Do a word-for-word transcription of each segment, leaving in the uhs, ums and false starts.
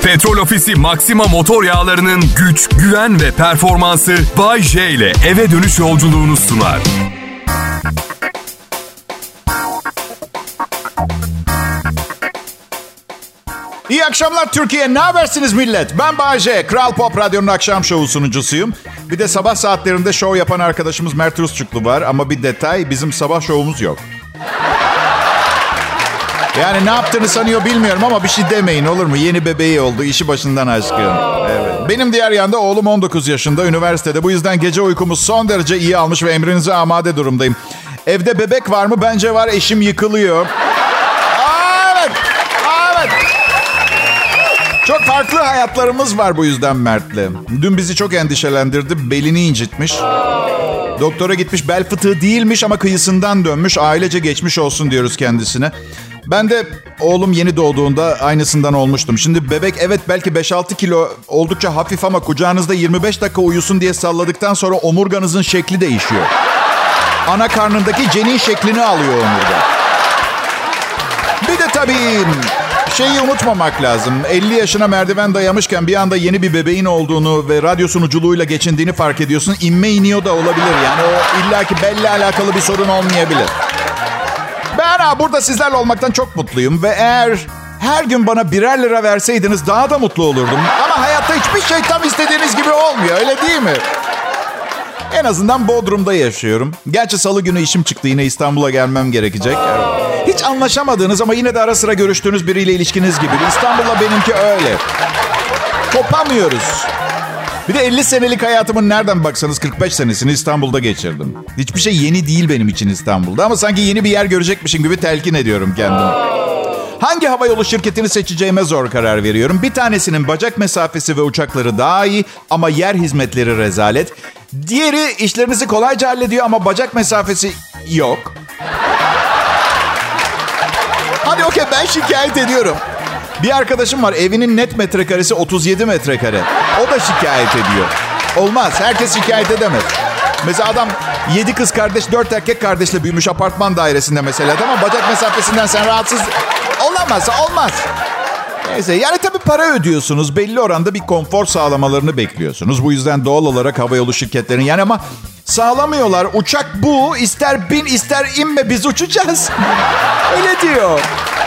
Petrol Ofisi Maxima motor yağlarının güç, güven ve performansı Bay J ile eve dönüş yolculuğunu sunar. İyi akşamlar Türkiye. Ne habersiniz millet? Ben Bay J. Kral Pop Radyo'nun akşam şovu sunucusuyum. Bir de sabah saatlerinde şov yapan arkadaşımız Mert Rusçuklu var. Ama bir detay, bizim sabah şovumuz yok. Yani ne yaptığını sanıyor bilmiyorum ama bir şey demeyin olur mu? Yeni bebeği oldu, işi başından aşkın. Evet. Benim diğer yanda oğlum on dokuz yaşında, üniversitede. Bu yüzden gece uykumu son derece iyi almış ve emrinize amade durumdayım. Evde bebek var mı? Bence var, eşim yıkılıyor. Aa, evet, Aa, evet. Çok farklı hayatlarımız var bu yüzden Mert'le. Dün bizi çok endişelendirdi, belini incitmiş. Doktora gitmiş, bel fıtığı değilmiş ama kıyısından dönmüş. Ailece geçmiş olsun diyoruz kendisine. Ben de oğlum yeni doğduğunda aynısından olmuştum. Şimdi bebek evet belki beş altı kilo, oldukça hafif ama kucağınızda yirmi beş dakika uyusun diye salladıktan sonra omurganızın şekli değişiyor. Ana karnındaki cenin şeklini alıyor omurga. Bir de tabii şeyi unutmamak lazım. elli yaşına merdiven dayamışken bir anda yeni bir bebeğin olduğunu ve radyo sunuculuğuyla geçindiğini fark ediyorsun. İnme iniyor da olabilir yani. O illaki belle alakalı bir sorun olmayabilir. Ben ha, burada sizlerle olmaktan çok mutluyum ve eğer her gün bana birer lira verseydiniz daha da mutlu olurdum. Ama hayatta hiçbir şey tam istediğiniz gibi olmuyor, öyle değil mi? En azından Bodrum'da yaşıyorum. Gerçi salı günü işim çıktı, yine İstanbul'a gelmem gerekecek. Hiç anlaşamadığınız ama yine de ara sıra görüştüğünüz biriyle ilişkiniz gibi. İstanbul'la benimki öyle. Kopamıyoruz. Bir de elli senelik hayatımın nereden baksanız kırk beş senesini İstanbul'da geçirdim. Hiçbir şey yeni değil benim için İstanbul'da ama sanki yeni bir yer görecekmişim gibi telkin ediyorum kendimi. Hangi havayolu şirketini seçeceğime zor karar veriyorum. Bir tanesinin bacak mesafesi ve uçakları daha iyi ama yer hizmetleri rezalet. Diğeri işlerinizi kolayca hallediyor ama bacak mesafesi yok. Hadi okey, ben şikayet ediyorum. Bir arkadaşım var, evinin net metrekaresi otuz yedi metrekare. O da şikayet ediyor. Olmaz, herkes şikayet edemez. Mesela adam yedi kız kardeş, dört erkek kardeşle büyümüş apartman dairesinde mesela. Ama bacak mesafesinden sen rahatsız olamaz, olmaz. Neyse, yani tabii para ödüyorsunuz. Belli oranda bir konfor sağlamalarını bekliyorsunuz. Bu yüzden doğal olarak havayolu şirketlerinin yani ama sağlamıyorlar. Uçak bu, ister bin ister inme biz uçacağız. Öyle diyor.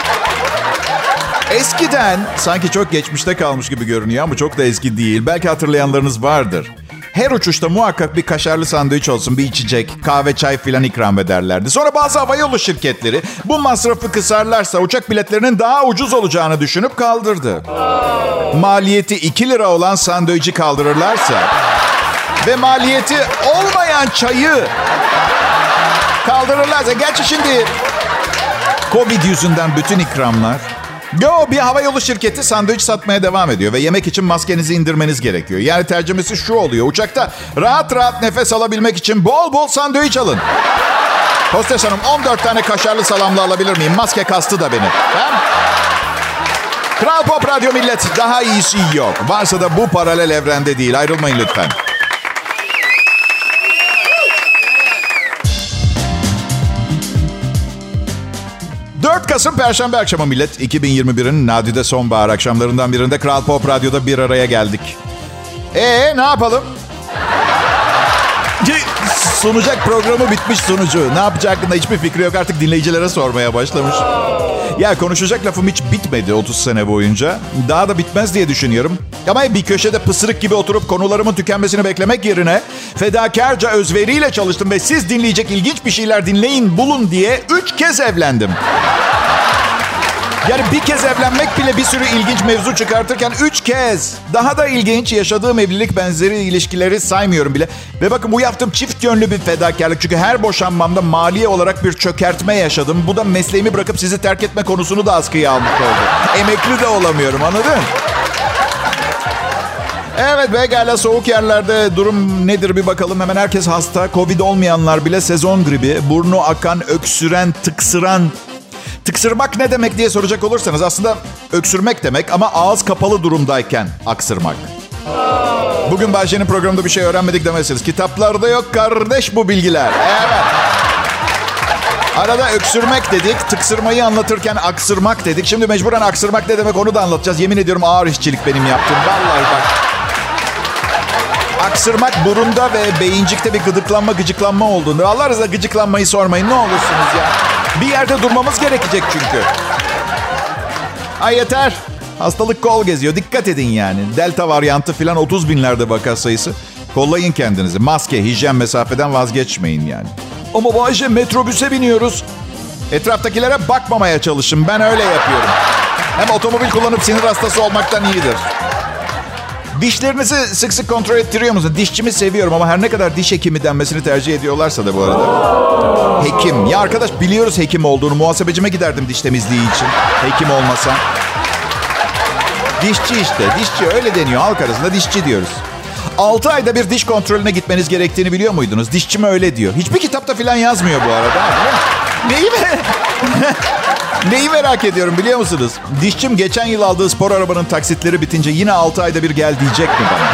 Eskiden, sanki çok geçmişte kalmış gibi görünüyor ama çok da eski değil. Belki hatırlayanlarınız vardır. Her uçuşta muhakkak bir kaşarlı sandviç olsun, bir içecek, kahve, çay filan ikram ederlerdi. Sonra bazı havayolu şirketleri bu masrafı kısarlarsa uçak biletlerinin daha ucuz olacağını düşünüp kaldırdı. Maliyeti iki lira olan sandviçi kaldırırlarsa ve maliyeti olmayan çayı kaldırırlarsa... Gerçi şimdi Covid yüzünden bütün ikramlar... Yo, bir havayolu şirketi sandviç satmaya devam ediyor ve yemek için maskenizi indirmeniz gerekiyor. Yani tercümesi şu oluyor: uçakta rahat rahat nefes alabilmek için bol bol sandviç alın. Hostes hanım, on dört tane kaşarlı salamlı alabilir miyim? Maske kastı da beni. Tamam. Kral Pop Radyo millet, daha iyisi yok. Varsa da bu paralel evrende değil. Ayrılmayın lütfen. dört Kasım Perşembe akşamı millet. iki bin yirmi birin nadide sonbahar akşamlarından birinde Kral Pop Radyo'da bir araya geldik. Ee, ne yapalım? Sunacak programı bitmiş sunucu. Ne yapacağı hakkında hiçbir fikri yok. Artık dinleyicilere sormaya başlamış. Ya konuşacak lafım hiç bitmedi otuz sene boyunca. Daha da bitmez diye düşünüyorum. Ama bir köşede pısırık gibi oturup konularımın tükenmesini beklemek yerine fedakarca özveriyle çalıştım ve siz dinleyecek ilginç bir şeyler dinleyin, bulun diye üç kez evlendim. Yani bir kez evlenmek bile bir sürü ilginç mevzu çıkartırken üç kez. Daha da ilginç, yaşadığım evlilik benzeri ilişkileri saymıyorum bile. Ve bakın, bu yaptığım çift yönlü bir fedakarlık. Çünkü her boşanmamda maliye olarak bir çökertme yaşadım. Bu da mesleğimi bırakıp sizi terk etme konusunu da askıya almış oldu. Emekli de olamıyorum, anladın? Evet, pekala, soğuk yerlerde durum nedir bir bakalım. Hemen herkes hasta. Covid olmayanlar bile sezon gribi. Burnu akan, öksüren, tıksıran. Tıksırmak ne demek diye soracak olursanız aslında öksürmek demek ama ağız kapalı durumdayken aksırmak. Bugün Bahçe'nin programında bir şey öğrenmedik demezsiniz. Kitaplarda yok kardeş bu bilgiler. Evet. Arada öksürmek dedik. Tıksırmayı anlatırken aksırmak dedik. Şimdi mecburen aksırmak ne demek onu da anlatacağız. Yemin ediyorum ağır işçilik benim yaptığım. Vallahi bak. Aksırmak burunda ve beyincikte bir gıdıklanma, gıcıklanma olduğunu. Allah razı gıcıklanmayı sormayın ne olursunuz ya. Bir yerde durmamız gerekecek çünkü. Ay yeter. Hastalık kol geziyor. Dikkat edin yani. Delta varyantı falan otuz binlerde vaka sayısı. Kollayın kendinizi. Maske, hijyen, mesafeden vazgeçmeyin yani. Ama Bayce metrobüse biniyoruz. Etraftakilere bakmamaya çalışın. Ben öyle yapıyorum. Hem otomobil kullanıp sinir hastası olmaktan iyidir. Dişlerinizi sık sık kontrol ettiriyor musunuz? Dişçimi seviyorum ama her ne kadar diş hekimi denmesini tercih ediyorlarsa da bu arada. Hekim. Ya arkadaş biliyoruz hekim olduğunu. Muhasebecime giderdim diş temizliği için. Hekim olmasa. Dişçi işte. Dişçi öyle deniyor. Halk arasında dişçi diyoruz. altı ayda bir diş kontrolüne gitmeniz gerektiğini biliyor muydunuz? Dişçim öyle diyor. Hiçbir kitapta falan yazmıyor bu arada. Neyi mi? Neyi merak ediyorum biliyor musunuz? Dişçim geçen yıl aldığı spor arabanın taksitleri bitince yine altı ayda bir gel diyecek mi bana?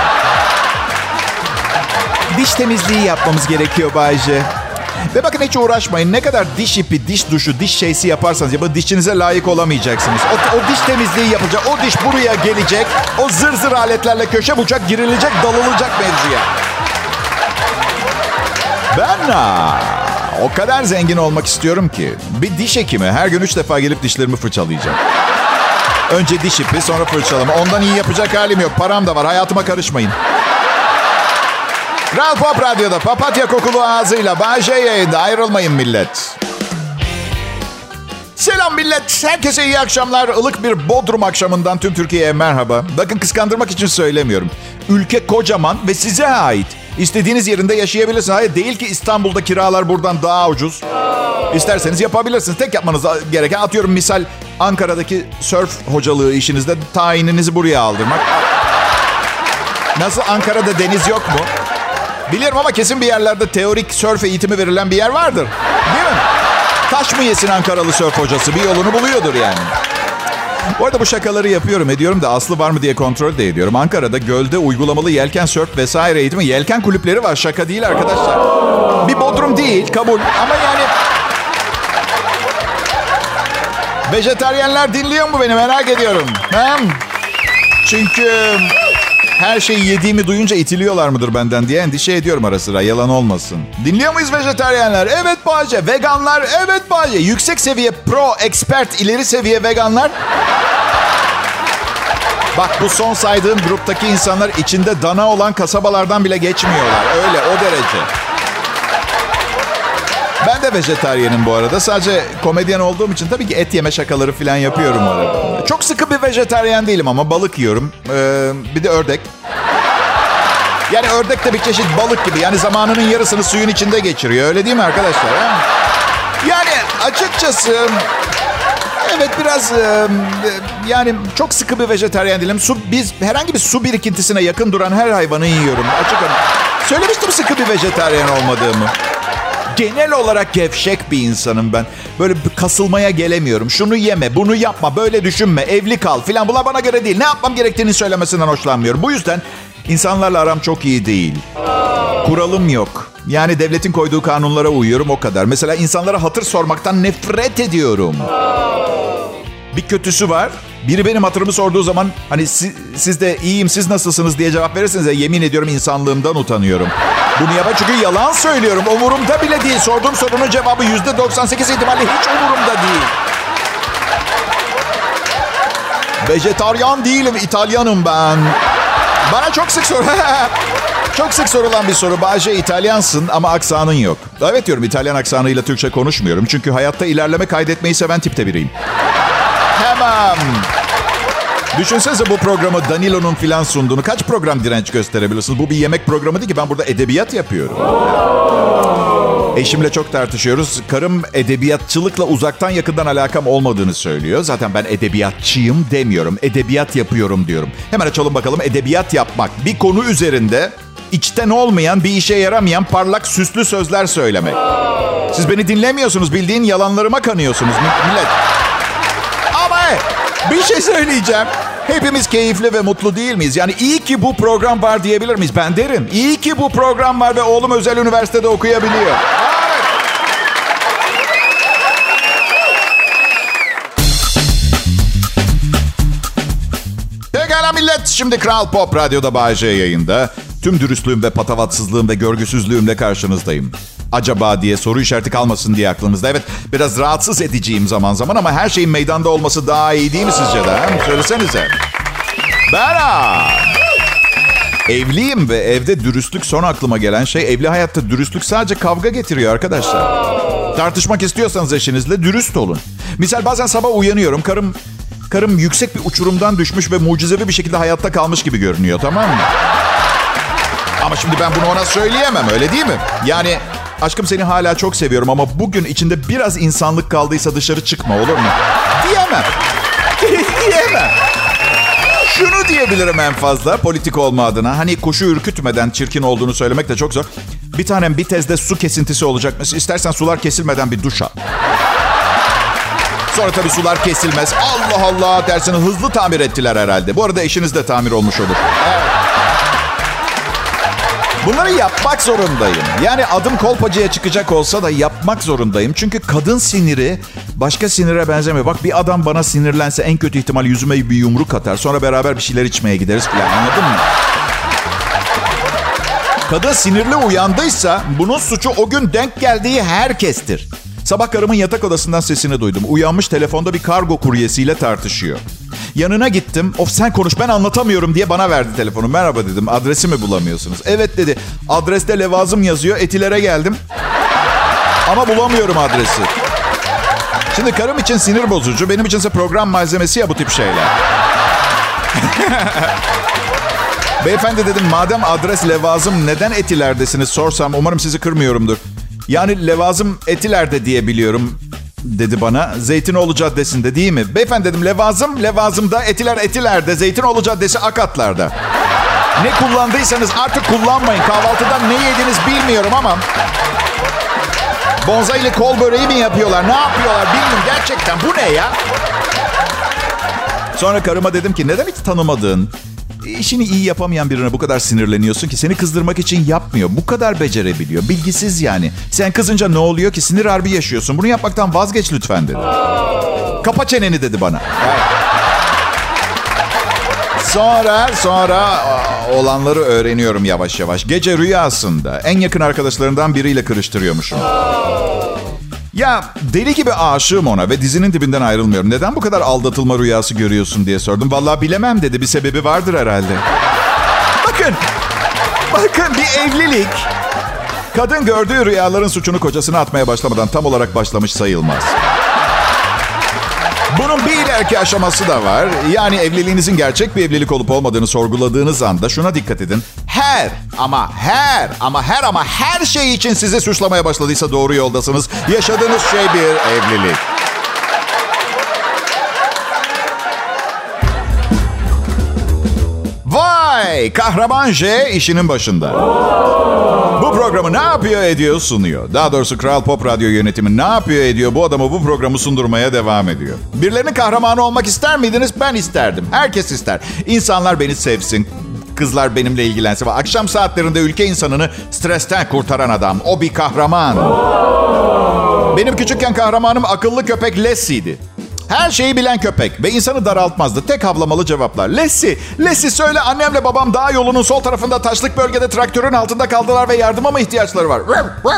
Diş temizliği yapmamız gerekiyor Bayce. Ve bakın hiç uğraşmayın. Ne kadar diş ipi, diş duşu, diş şeysi yaparsanız yapın dişçinize layık olamayacaksınız. O, o diş temizliği yapacak. O diş buraya gelecek. O zır zır aletlerle köşe bucak girilecek, dalınacak mevzuya. Ben aa, o kadar zengin olmak istiyorum ki bir diş hekimi her gün üç defa gelip dişlerimi fırçalayacak. Önce diş ipi, sonra fırçalama. Ondan iyi yapacak halim yok. Param da var. Hayatıma karışmayın. Kral Pop Radyo'da papatya kokulu ağzıyla Bayce yayında. Ayrılmayın millet. Selam millet. Herkese iyi akşamlar. Ilık bir Bodrum akşamından tüm Türkiye'ye merhaba. Bakın kıskandırmak için söylemiyorum. Ülke kocaman ve size ait. İstediğiniz yerinde yaşayabilirsiniz. Hayır değil ki İstanbul'da kiralar buradan daha ucuz. İsterseniz yapabilirsiniz. Tek yapmanız gereken atıyorum misal Ankara'daki sörf hocalığı işinizde tayininizi buraya aldırmak. Nasıl Ankara'da deniz yok mu? Biliyorum ama kesin bir yerlerde teorik sörf eğitimi verilen bir yer vardır. Değil mi? Taş mı yesin Ankaralı sörf hocası? Bir yolunu buluyordur yani. Bu arada bu şakaları yapıyorum ediyorum da aslı var mı diye kontrol de ediyorum. Ankara'da gölde uygulamalı yelken sörf vesaire eğitimi yelken kulüpleri var. Şaka değil arkadaşlar. Bir Bodrum değil kabul ama yani... Vejetaryenler dinliyor mu beni merak ediyorum. Hem çünkü... Her şeyi yediğimi duyunca itiliyorlar mıdır benden diye endişe ediyorum ara sıra. Yalan olmasın. Dinliyor muyuz vejetaryenler? Evet Bayce. Veganlar? Evet Bayce. Yüksek seviye pro, expert, ileri seviye veganlar. Bak bu son saydığım gruptaki insanlar içinde dana olan kasabalardan bile geçmiyorlar. Öyle o derece. Ben de vejetaryenim bu arada. Sadece komedyen olduğum için tabii ki et yeme şakaları falan yapıyorum arada. Çok sıkı bir vejetaryen değilim ama balık yiyorum. Ee, bir de ördek. Yani ördek de bir çeşit balık gibi. Yani zamanının yarısını suyun içinde geçiriyor. Öyle değil mi arkadaşlar? Ha? Yani açıkçası... Evet biraz e, yani çok sıkı bir vejetaryen değilim. Su, biz herhangi bir su birikintisine yakın duran her hayvanı yiyorum. Açık söylemiştim sıkı bir vejetaryen olmadığımı. Genel olarak gevşek bir insanım ben. Böyle kasılmaya gelemiyorum. Şunu yeme, bunu yapma, böyle düşünme, evli kal filan. Bunlar bana göre değil. Ne yapmam gerektiğini söylemesinden hoşlanmıyorum. Bu yüzden insanlarla aram çok iyi değil. Kuralım yok. Yani devletin koyduğu kanunlara uyuyorum o kadar. Mesela insanlara hatır sormaktan nefret ediyorum. Bir kötüsü var. Biri benim hatırımı sorduğu zaman hani siz, siz de iyiyim siz nasılsınız diye cevap verirseniz ya, yemin ediyorum insanlığımdan utanıyorum. Bunu yapar çünkü yalan söylüyorum. Umurumda bile değil. Sorduğum sorunun cevabı yüzde doksan sekiz ihtimalle hiç umurumda değil. Vejetaryen değilim, İtalyanım ben. Bana çok sık soru. Çok sık sorulan bir soru. Bayce İtalyansın ama aksanın yok. Evet diyorum İtalyan aksanıyla Türkçe konuşmuyorum. Çünkü hayatta ilerleme kaydetmeyi seven tipte biriyim. Hemen. Düşünsenize bu programı Danilo'nun filan sunduğunu. Kaç program direnç gösterebilirsiniz? Bu bir yemek programı değil ki. Ben burada edebiyat yapıyorum. Eşimle çok tartışıyoruz. Karım edebiyatçılıkla uzaktan yakından alakam olmadığını söylüyor. Zaten ben edebiyatçıyım demiyorum. Edebiyat yapıyorum diyorum. Hemen açalım bakalım. Edebiyat yapmak. Bir konu üzerinde içten olmayan, bir işe yaramayan parlak süslü sözler söylemek. Siz beni dinlemiyorsunuz. Bildiğin yalanlarıma kanıyorsunuz millet. Ama bir şey söyleyeceğim. Hepimiz keyifli ve mutlu değil miyiz? Yani iyi ki bu program var diyebilir miyiz? Ben derim. İyi ki bu program var ve oğlum özel üniversitede okuyabiliyor. millet. Şimdi Kral Pop Radyo'da Bay J yayında. Tüm dürüstlüğüm ve patavatsızlığım ve görgüsüzlüğümle karşınızdayım. Acaba diye soru işareti kalmasın diye aklınızda. Evet, biraz rahatsız ediciyim zaman zaman ama her şeyin meydanda olması daha iyi değil mi sizce de? He? Söylesenize. Bera. Evliyim ve evde dürüstlük son aklıma gelen şey. Evli hayatta dürüstlük sadece kavga getiriyor arkadaşlar. Tartışmak istiyorsanız eşinizle dürüst olun. Misal bazen sabah uyanıyorum. Karım karım yüksek bir uçurumdan düşmüş ve mucizevi bir şekilde hayatta kalmış gibi görünüyor, tamam mı? Ama şimdi ben bunu ona söyleyemem, öyle değil mi? Yani aşkım seni hala çok seviyorum ama bugün içinde biraz insanlık kaldıysa dışarı çıkma, olur mu? Diyemem. Diyemem. Şunu diyebilirim en fazla politik olma adına. Hani kuşu ürkütmeden çirkin olduğunu söylemek de çok zor. Bir tanem bir tezde su kesintisi olacak. Mesela istersen sular kesilmeden bir duş al. Sonra tabii sular kesilmez. Allah Allah dersini hızlı tamir ettiler herhalde. Bu arada eşiniz de tamir olmuş olur. Evet. Bunları yapmak zorundayım. Yani adım kolpacıya çıkacak olsa da yapmak zorundayım. Çünkü kadın siniri başka sinire benzemiyor. Bak bir adam bana sinirlense en kötü ihtimal yüzüme bir yumruk atar. Sonra beraber bir şeyler içmeye gideriz falan, anladın mı? Kadın sinirli uyandıysa bunun suçu o gün denk geldiği herkestir. Sabah karımın yatak odasından sesini duydum. Uyanmış, telefonda bir kargo kuryesiyle tartışıyor. Yanına gittim. Of sen konuş, ben anlatamıyorum diye bana verdi telefonu. Merhaba dedim, adresi mi bulamıyorsunuz? Evet dedi, adreste Levazım yazıyor. Etilere geldim. Ama bulamıyorum adresi. Şimdi karım için sinir bozucu, benim içinse program malzemesi ya bu tip şeyler. Beyefendi dedim, madem adres Levazım neden Etiler'desiniz sorsam umarım sizi kırmıyorumdur. Yani Levazım Etiler'de diye biliyorum dedi bana. Zeytinoğlu Caddesi'nde değil mi? Beyefendi dedim, Levazım Levazım'da, Etiler Etiler'de, Zeytinoğlu Caddesi Akatlar'da. Ne kullandıysanız artık kullanmayın. Kahvaltıdan ne yediniz bilmiyorum ama bonzai ile kol böreği mi yapıyorlar? Ne yapıyorlar bilmiyorum. Gerçekten bu ne ya? Sonra karıma dedim ki neden hiç tanımadığın, işini iyi yapamayan birine bu kadar sinirleniyorsun ki? Seni kızdırmak için yapmıyor. Bu kadar becerebiliyor. Bilgisiz yani. Sen kızınca ne oluyor ki? Sinir harbi yaşıyorsun. Bunu yapmaktan vazgeç lütfen dedi. Kapa çeneni dedi bana. Evet. Sonra sonra olanları öğreniyorum yavaş yavaş. Gece rüyasında en yakın arkadaşlarından biriyle kırıştırıyormuşum. Ya deli gibi aşığım ona ve dizinin dibinden ayrılmıyorum. Neden bu kadar aldatılma rüyası görüyorsun diye sordum. Vallahi bilemem dedi. Bir sebebi vardır herhalde. Bakın. Bakın bir evlilik. Kadın gördüğü rüyaların suçunu kocasına atmaya başlamadan tam olarak başlamış sayılmaz. Bunun bir ileriki aşaması da var. Yani evliliğinizin gerçek bir evlilik olup olmadığını sorguladığınız anda şuna dikkat edin. Her ama her ama her ama her şey için sizi suçlamaya başladıysa doğru yoldasınız. Yaşadığınız şey bir evlilik. Vay! Kahraman J işinin başında. Bu programı ne yapıyor ediyor sunuyor. Daha doğrusu Kral Pop Radyo yönetimi ne yapıyor ediyor bu adamı bu programı sundurmaya devam ediyor. Birilerinin kahramanı olmak ister miydiniz? Ben isterdim. Herkes ister. İnsanlar beni sevsin. Kızlar benimle ilgilensin. Akşam saatlerinde ülke insanını stresten kurtaran adam. O bir kahraman. Benim küçükken kahramanım akıllı köpek Leslie'ydi. Her şeyi bilen köpek ve insanı daraltmazdı. Tek havlamalı cevaplar. Leslie, Leslie söyle annemle babam dağ yolunun sol tarafında taşlık bölgede traktörün altında kaldılar ve yardıma mı ihtiyaçları var?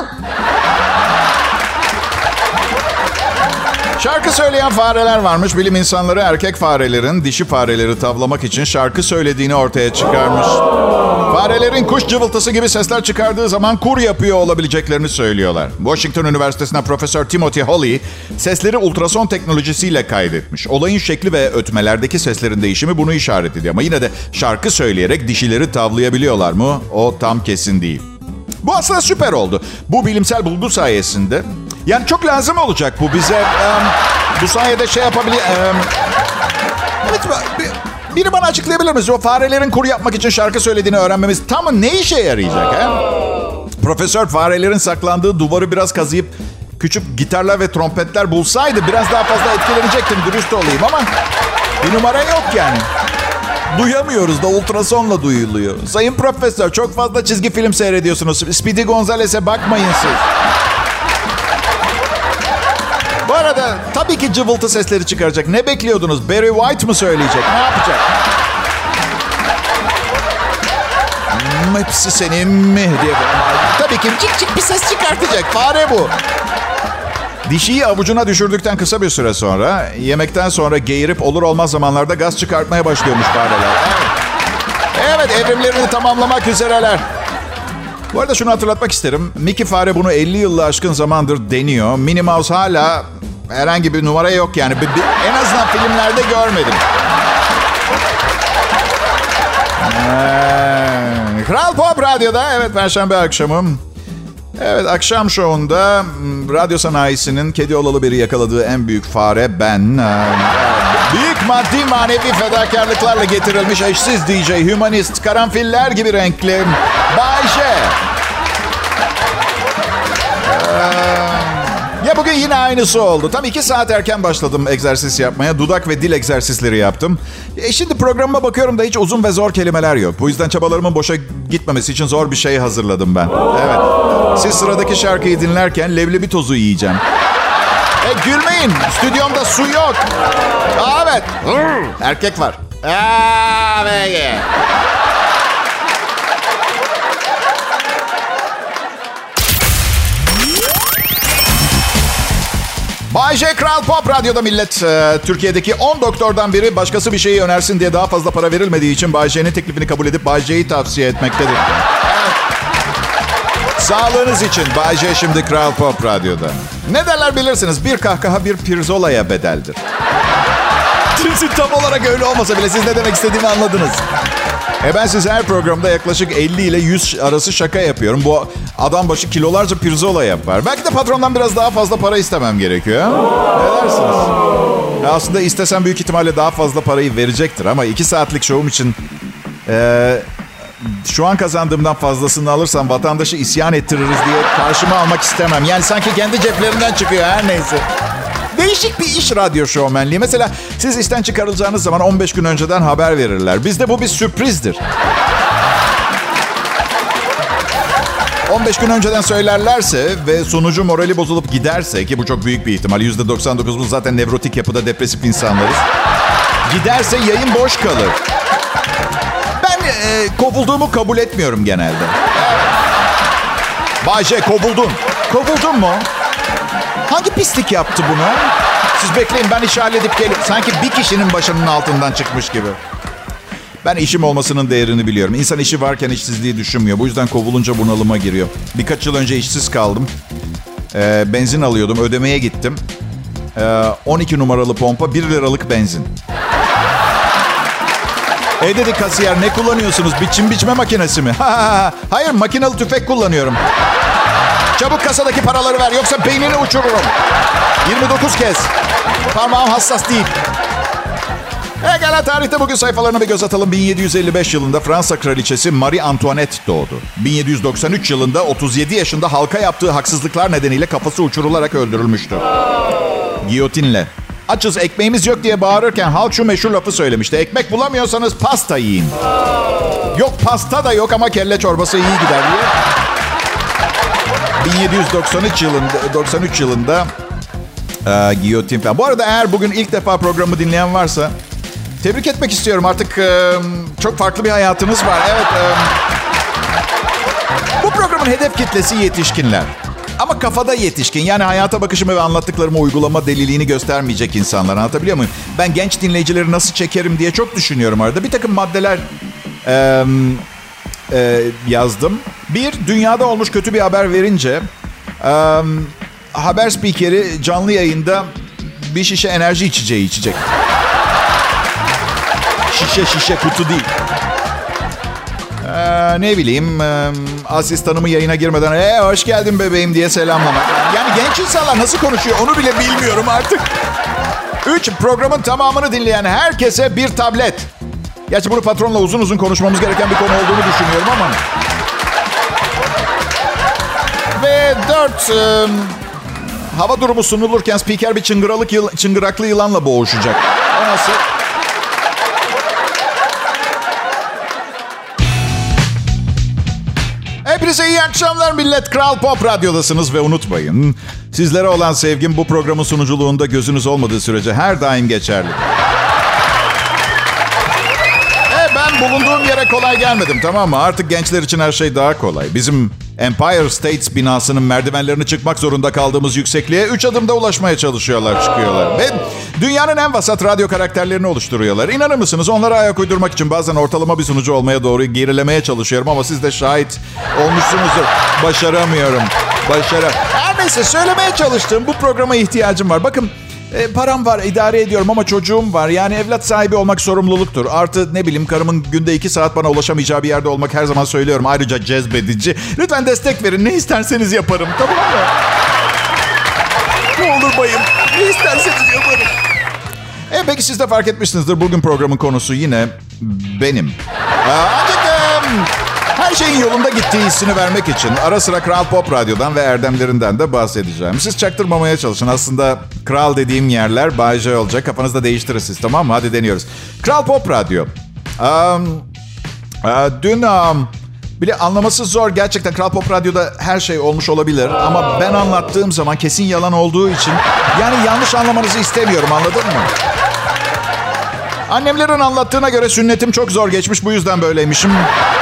Şarkı söyleyen fareler varmış. Bilim insanları erkek farelerin dişi fareleri tavlamak için şarkı söylediğini ortaya çıkarmış. Farelerin kuş cıvıltısı gibi sesler çıkardığı zaman kur yapıyor olabileceklerini söylüyorlar. Washington Üniversitesi'nden Profesör Timothy Hawley sesleri ultrason teknolojisiyle kaydetmiş. Olayın şekli ve ötmelerdeki seslerin değişimi bunu işaret ediyor. Ama yine de şarkı söyleyerek dişileri tavlayabiliyorlar mı? O tam kesin değil. Bu aslında süper oldu. Bu bilimsel bulgu sayesinde. Yani çok lazım olacak bu bize. Um, bu sayede şey yapabilir... Um, evet, biri bana açıklayabilir misiniz? O farelerin kur yapmak için şarkı söylediğini öğrenmemiz tam ne işe yarayacak? He? Profesör farelerin saklandığı duvarı biraz kazıyıp küçük gitarlar ve trompetler bulsaydı biraz daha fazla etkilenecektim, dürüst olayım ama bir numara yok yani. Duyamıyoruz da ultrasonla duyuluyor. Sayın Profesör, çok fazla çizgi film seyrediyorsunuz. Speedy Gonzales'e bakmayın siz. Bu arada tabii ki cıvıltı sesleri çıkaracak. Ne bekliyordunuz? Barry White mı söyleyecek? Ne yapacak? hepsi senin mi diye. Tabii ki cik cik bir ses çıkartacak. Fare bu. Dişiyi avucuna düşürdükten kısa bir süre sonra yemekten sonra geğirip olur olmaz zamanlarda gaz çıkartmaya başlıyormuş fareler. Evet, evet evrimlerini tamamlamak üzereler. Bu arada şunu hatırlatmak isterim. Mickey fare bunu elli yılı aşkın zamandır deniyor. Minnie Mouse hala herhangi bir numara yok yani. Bir, bir, en azından filmlerde görmedim. Ee, Kral Pop Radyo'da, evet Perşembe akşamım. Evet, akşam şovunda radyo sanayisinin kedi olalı biri yakaladığı en büyük fare ben. Ee, büyük maddi manevi fedakarlıklarla getirilmiş eşsiz D J, hümanist, karanfiller gibi renkli Bay J. Ee, ya bugün yine aynısı oldu. Tam iki saat erken başladım egzersiz yapmaya. Dudak ve dil egzersizleri yaptım. E şimdi programıma bakıyorum da hiç uzun ve zor kelimeler yok. Bu yüzden çabalarımın boşa gitmemesi için zor bir şey hazırladım ben. Evet. Siz sıradaki şarkıyı dinlerken leblebi tozu yiyeceğim. E gülmeyin. Stüdyomda su yok. Aa, evet. Erkek var. Aa, evet. Bay J Kral Pop Radyo'da millet. Ee, Türkiye'deki on doktordan biri başkası bir şeyi önersin diye daha fazla para verilmediği için Bay J'nin teklifini kabul edip Bay J'yi tavsiye etmektedir. Sağlığınız için Bay J şimdi Kral Pop Radyo'da. Ne derler bilirsiniz, bir kahkaha bir pirzolaya bedeldir. Tam olarak öyle olmasa bile siz ne demek istediğimi anladınız. E ben size her programda yaklaşık elli ile yüz arası şaka yapıyorum. Bu adam başı kilolarca pirzola yapar. Belki de patrondan biraz daha fazla para istemem gerekiyor. Ne dersiniz? Ya aslında istesem büyük ihtimalle daha fazla parayı verecektir. Ama iki saatlik şovum için e, şu an kazandığımdan fazlasını alırsam vatandaşı isyan ettiririz diye karşıma almak istemem. Yani sanki kendi ceplerinden çıkıyor, her neyse. Değişik bir iş radyo şovmenliği. Mesela siz işten çıkarılacağınız zaman on beş gün önceden haber verirler. Bizde bu bir sürprizdir. on beş gün önceden söylerlerse ve sonucu morali bozulup giderse, ki bu çok büyük bir ihtimal. yüzde doksan dokuzumuz zaten nevrotik yapıda depresif insanlarız. Giderse yayın boş kalır. Ben e, kovulduğumu kabul etmiyorum genelde. Bay J, kovuldun. Kovuldun mu? Hangi pislik yaptı bunu? Siz bekleyin, ben işi halledip gelip... Sanki bir kişinin başının altından çıkmış gibi. Ben işim olmasının değerini biliyorum. İnsan işi varken işsizliği düşünmüyor. Bu yüzden kovulunca bunalıma giriyor. Birkaç yıl önce işsiz kaldım. Ee, benzin alıyordum. Ödemeye gittim. Ee, on iki numaralı pompa, bir liralık benzin. E dedi kasiyer, ne kullanıyorsunuz? Biçim biçme makinesi mi? Hayır, makinalı tüfek kullanıyorum. Çabuk kasadaki paraları ver, yoksa beynini uçururum. yirmi dokuz kez. Parmağım hassas değil. E gelen tarihte bugün sayfalarına bir göz atalım. bin yedi yüz elli beş yılında Fransa kraliçesi Marie Antoinette doğdu. bin yedi yüz doksan üç yılında otuz yedi yaşında halka yaptığı haksızlıklar nedeniyle kafası uçurularak öldürülmüştü. Giyotinle. Açız, ekmeğimiz yok diye bağırırken halk şu meşhur lafı söylemişti. Ekmek bulamıyorsanız pasta yiyin. Yok, pasta da yok ama kelle çorbası iyi gider diye. bin yedi yüz doksan üç yılında doksan üç yılında e, giyotin falan. Bu arada eğer bugün ilk defa programı dinleyen varsa tebrik etmek istiyorum. Artık e, çok farklı bir hayatınız var. Evet. E, bu programın hedef kitlesi yetişkinler. Ama kafada yetişkin. Yani hayata bakışımı ve anlattıklarımı uygulama deliliğini göstermeyecek insanlar. Anlatabiliyor muyum? Ben genç dinleyicileri nasıl çekerim diye çok düşünüyorum arada. Bir takım maddeler e, e, yazdım. Bir, dünyada olmuş kötü bir haber verince e, haber spikeri canlı yayında bir şişe enerji içeceği içecek. Şişe şişe, kutu değil. Ee, ne bileyim, e, asistanımı yayına girmeden "Ee, hoş geldin bebeğim" diye selamlamak. Yani genç insanlar nasıl konuşuyor onu bile bilmiyorum artık. Üç, programın tamamını dinleyen herkese bir tablet. Gerçi bunu patronla uzun uzun konuşmamız gereken bir konu olduğunu düşünüyorum ama. Ve dört, e, hava durumu sunulurken spiker bir çıngıralık yıl, çıngıraklı yılanla boğuşacak. O nasıl? Hepinize iyi akşamlar millet. Kral Pop Radyo'dasınız ve unutmayın, sizlere olan sevgim bu programın sunuculuğunda gözünüz olmadığı sürece her daim geçerli. E ben ben bulunduğum yere kolay gelmedim, tamam mı? Artık gençler için her şey daha kolay. Bizim Empire State binasının merdivenlerini çıkmak zorunda kaldığımız yüksekliğe üç adımda ulaşmaya çalışıyorlar, çıkıyorlar. Ve dünyanın en vasat radyo karakterlerini oluşturuyorlar. İnanır mısınız, onlara ayak uydurmak için bazen ortalama bir sunucu olmaya doğru gerilemeye çalışıyorum. Ama siz de şahit olmuşsunuzdur. Başaramıyorum. Başaram. Her neyse, söylemeye çalıştığım bu programa ihtiyacım var. Bakın, E, param var, idare ediyorum ama çocuğum var. Yani evlat sahibi olmak sorumluluktur. Artı ne bileyim, karımın günde iki saat bana ulaşamayacağı bir yerde olmak her zaman söylüyorum. Ayrıca cezbedici. Lütfen destek verin. Ne isterseniz yaparım. Tamam mı? Ne olur bayım. Ne isterseniz yaparım. E, peki siz de fark etmişsinizdir. Bugün programın konusu yine benim. Ancak her şeyin yolunda gittiği hissini vermek için ara sıra Kral Pop Radyo'dan ve erdemlerinden de bahsedeceğim. Siz çaktırmamaya çalışın. Aslında kral dediğim yerler Bay J olacak. Kafanızda değiştirin siz, tamam mı? Hadi deniyoruz. Kral Pop Radyo. Um, uh, dün um, bile anlaması zor. Gerçekten Kral Pop Radyo'da her şey olmuş olabilir. Ama ben anlattığım zaman kesin yalan olduğu için, yani yanlış anlamanızı istemiyorum, anladın mı? Annemlerin anlattığına göre sünnetim çok zor geçmiş. Bu yüzden böyleymişim.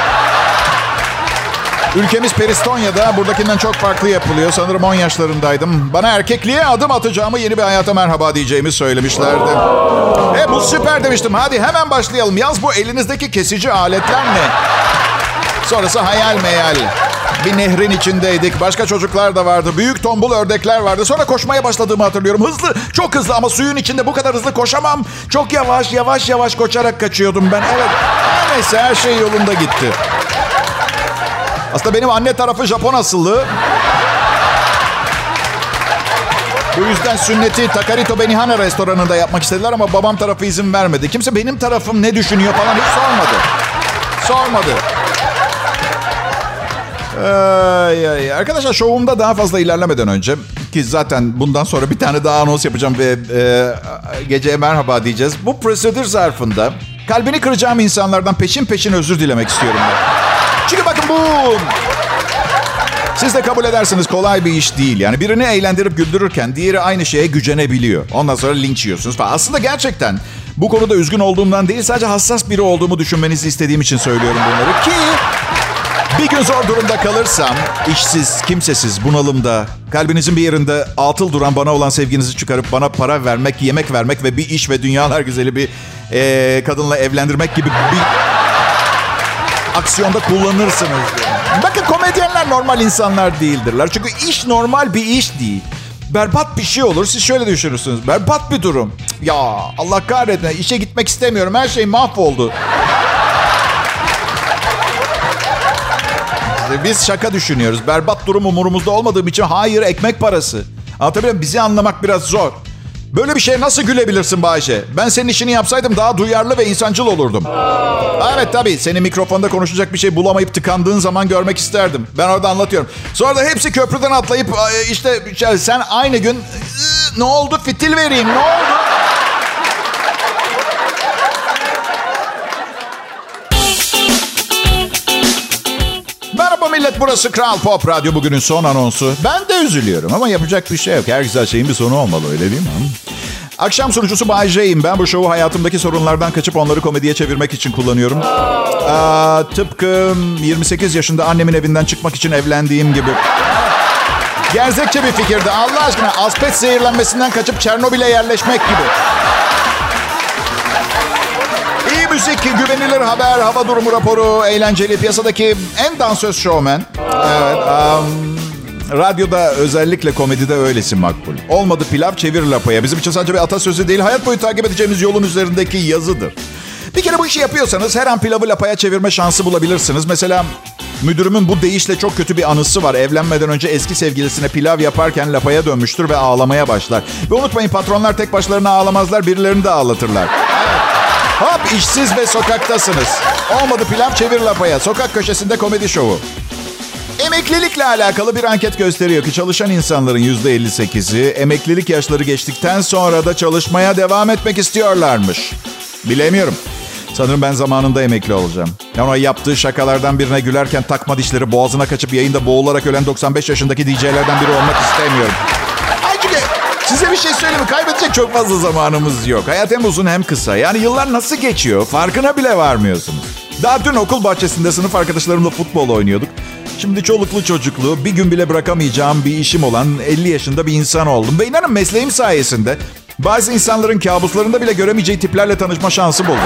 Ülkemiz Peristonya'da buradakinden çok farklı yapılıyor. Sanırım on yaşlarındaydım. Bana erkekliğe adım atacağımı, yeni bir hayata merhaba diyeceğimi söylemişlerdi. E bu süper demiştim. Hadi hemen başlayalım. Yalnız bu elinizdeki kesici aletler ne? Sonrası hayal meyal. Bir nehrin içindeydik. Başka çocuklar da vardı. Büyük tombul ördekler vardı. Sonra koşmaya başladığımı hatırlıyorum. Hızlı, çok hızlı ama suyun içinde bu kadar hızlı koşamam. Çok yavaş, yavaş, yavaş koşarak kaçıyordum ben. Evet. Neyse, her şey yolunda gitti. Aslında benim anne tarafı Japon asıllı. Bu yüzden sünneti Takarito Benihana restoranında yapmak istediler ama babam tarafı izin vermedi. Kimse benim tarafım ne düşünüyor falan hiç sormadı. Sormadı. Ay, ay. Arkadaşlar, şovumda daha fazla ilerlemeden önce, ki zaten bundan sonra bir tane daha anons yapacağım ve e, geceye merhaba diyeceğiz. Bu prosedür zarfında kalbini kıracağım insanlardan peşin peşin özür dilemek istiyorum ben. Çünkü bakın bu... Siz de kabul edersiniz, kolay bir iş değil. Yani birini eğlendirip güldürürken diğeri aynı şeye gücenebiliyor. Ondan sonra linç yiyorsunuz falan. Aslında gerçekten bu konuda üzgün olduğumdan değil, sadece hassas biri olduğumu düşünmenizi istediğim için söylüyorum bunları. Ki bir gün zor durumda kalırsam, işsiz, kimsesiz, bunalımda, kalbinizin bir yerinde atıl duran bana olan sevginizi çıkarıp bana para vermek, yemek vermek ve bir iş ve dünyalar güzeli bir ee, kadınla evlendirmek gibi bir aksiyonda kullanırsınız diye. Bakın, komedyenler normal insanlar değildirler. Çünkü iş normal bir iş değil. Berbat bir şey olur. Siz şöyle düşünürsünüz. Berbat bir durum. Ya Allah kahretsin. İşe gitmek istemiyorum. Her şey mahvoldu. Biz şaka düşünüyoruz. Berbat durum umurumuzda olmadığım için hayır, ekmek parası. Anlatabiliyor muyum? Bizi anlamak biraz zor. Böyle bir şeye nasıl gülebilirsin Bayşe? Ben senin işini yapsaydım daha duyarlı ve insancıl olurdum. Evet tabii, seni mikrofonda konuşacak bir şey bulamayıp tıkandığın zaman görmek isterdim. Ben orada anlatıyorum. Sonra da hepsi köprüden atlayıp işte sen aynı gün ne oldu, fitil vereyim, ne oldu? Merhaba millet, burası Kral Pop Radyo, bugünün son anonsu. Ben de üzülüyorum ama yapacak bir şey yok. Her güzel şeyin bir sonu olmalı, öyle değil mi? Akşam sunucusu Bay J'yim. Ben bu şovu hayatımdaki sorunlardan kaçıp onları komediye çevirmek için kullanıyorum. Aa, tıpkı yirmi sekiz yaşında annemin evinden çıkmak için evlendiğim gibi. Gerzekçe bir fikirdi. Allah aşkına, asbest zehirlenmesinden kaçıp Çernobil'e yerleşmek gibi. İyi müzik, güvenilir haber, hava durumu raporu, eğlenceli, piyasadaki en dansöz şovmen. Evet. Um, radyoda, özellikle komedide öylesi makbul. Olmadı pilav, çevir lapaya. Bizim için sadece bir atasözü değil, hayat boyu takip edeceğimiz yolun üzerindeki yazıdır. Bir kere bu işi yapıyorsanız her an pilavı lapaya çevirme şansı bulabilirsiniz. Mesela müdürümün bu deyişle çok kötü bir anısı var. Evlenmeden önce eski sevgilisine pilav yaparken lapaya dönmüştür ve ağlamaya başlar. Ve unutmayın, patronlar tek başlarına ağlamazlar, birilerini de ağlatırlar. Evet. Hop, işsiz ve sokaktasınız. Olmadı pilav, çevir lapaya. Sokak köşesinde komedi şovu. Emeklilikle alakalı bir anket gösteriyor ki çalışan insanların yüzde elli sekizi emeklilik yaşları geçtikten sonra da çalışmaya devam etmek istiyorlarmış. Bilemiyorum. Sanırım ben zamanında emekli olacağım. Yani o yaptığı şakalardan birine gülerken takma dişleri boğazına kaçıp yayında boğularak ölen doksan beş yaşındaki D J'lerden biri olmak istemiyorum. Ay çünkü size bir şey söyleyeyim mi? Kaybedecek çok fazla zamanımız yok. Hayat hem uzun hem kısa. Yani yıllar nasıl geçiyor? Farkına bile varmıyorsunuz. Daha dün okul bahçesinde sınıf arkadaşlarımla futbol oynuyorduk. Şimdi çoluklu çocuklu, bir gün bile bırakamayacağım bir işim olan elli yaşında bir insan oldum. Ve inanın mesleğim sayesinde bazı insanların kabuslarında bile göremeyeceği tiplerle tanışma şansı buldum.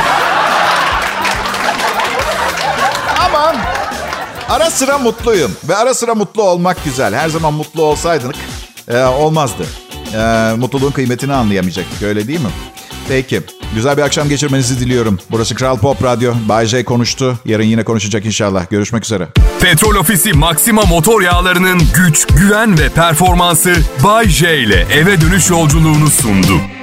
Ama ara sıra mutluyum. Ve ara sıra mutlu olmak güzel. Her zaman mutlu olsaydık e, olmazdı. E, mutluluğun kıymetini anlayamayacaktık, öyle değil mi? Peki. Güzel bir akşam geçirmenizi diliyorum. Burası Kral Pop Radyo. Bay J konuştu. Yarın yine konuşacak inşallah. Görüşmek üzere. Petrol Ofisi Maxima motor yağlarının güç, güven ve performansı Bay J ile eve dönüş yolculuğunu sundu.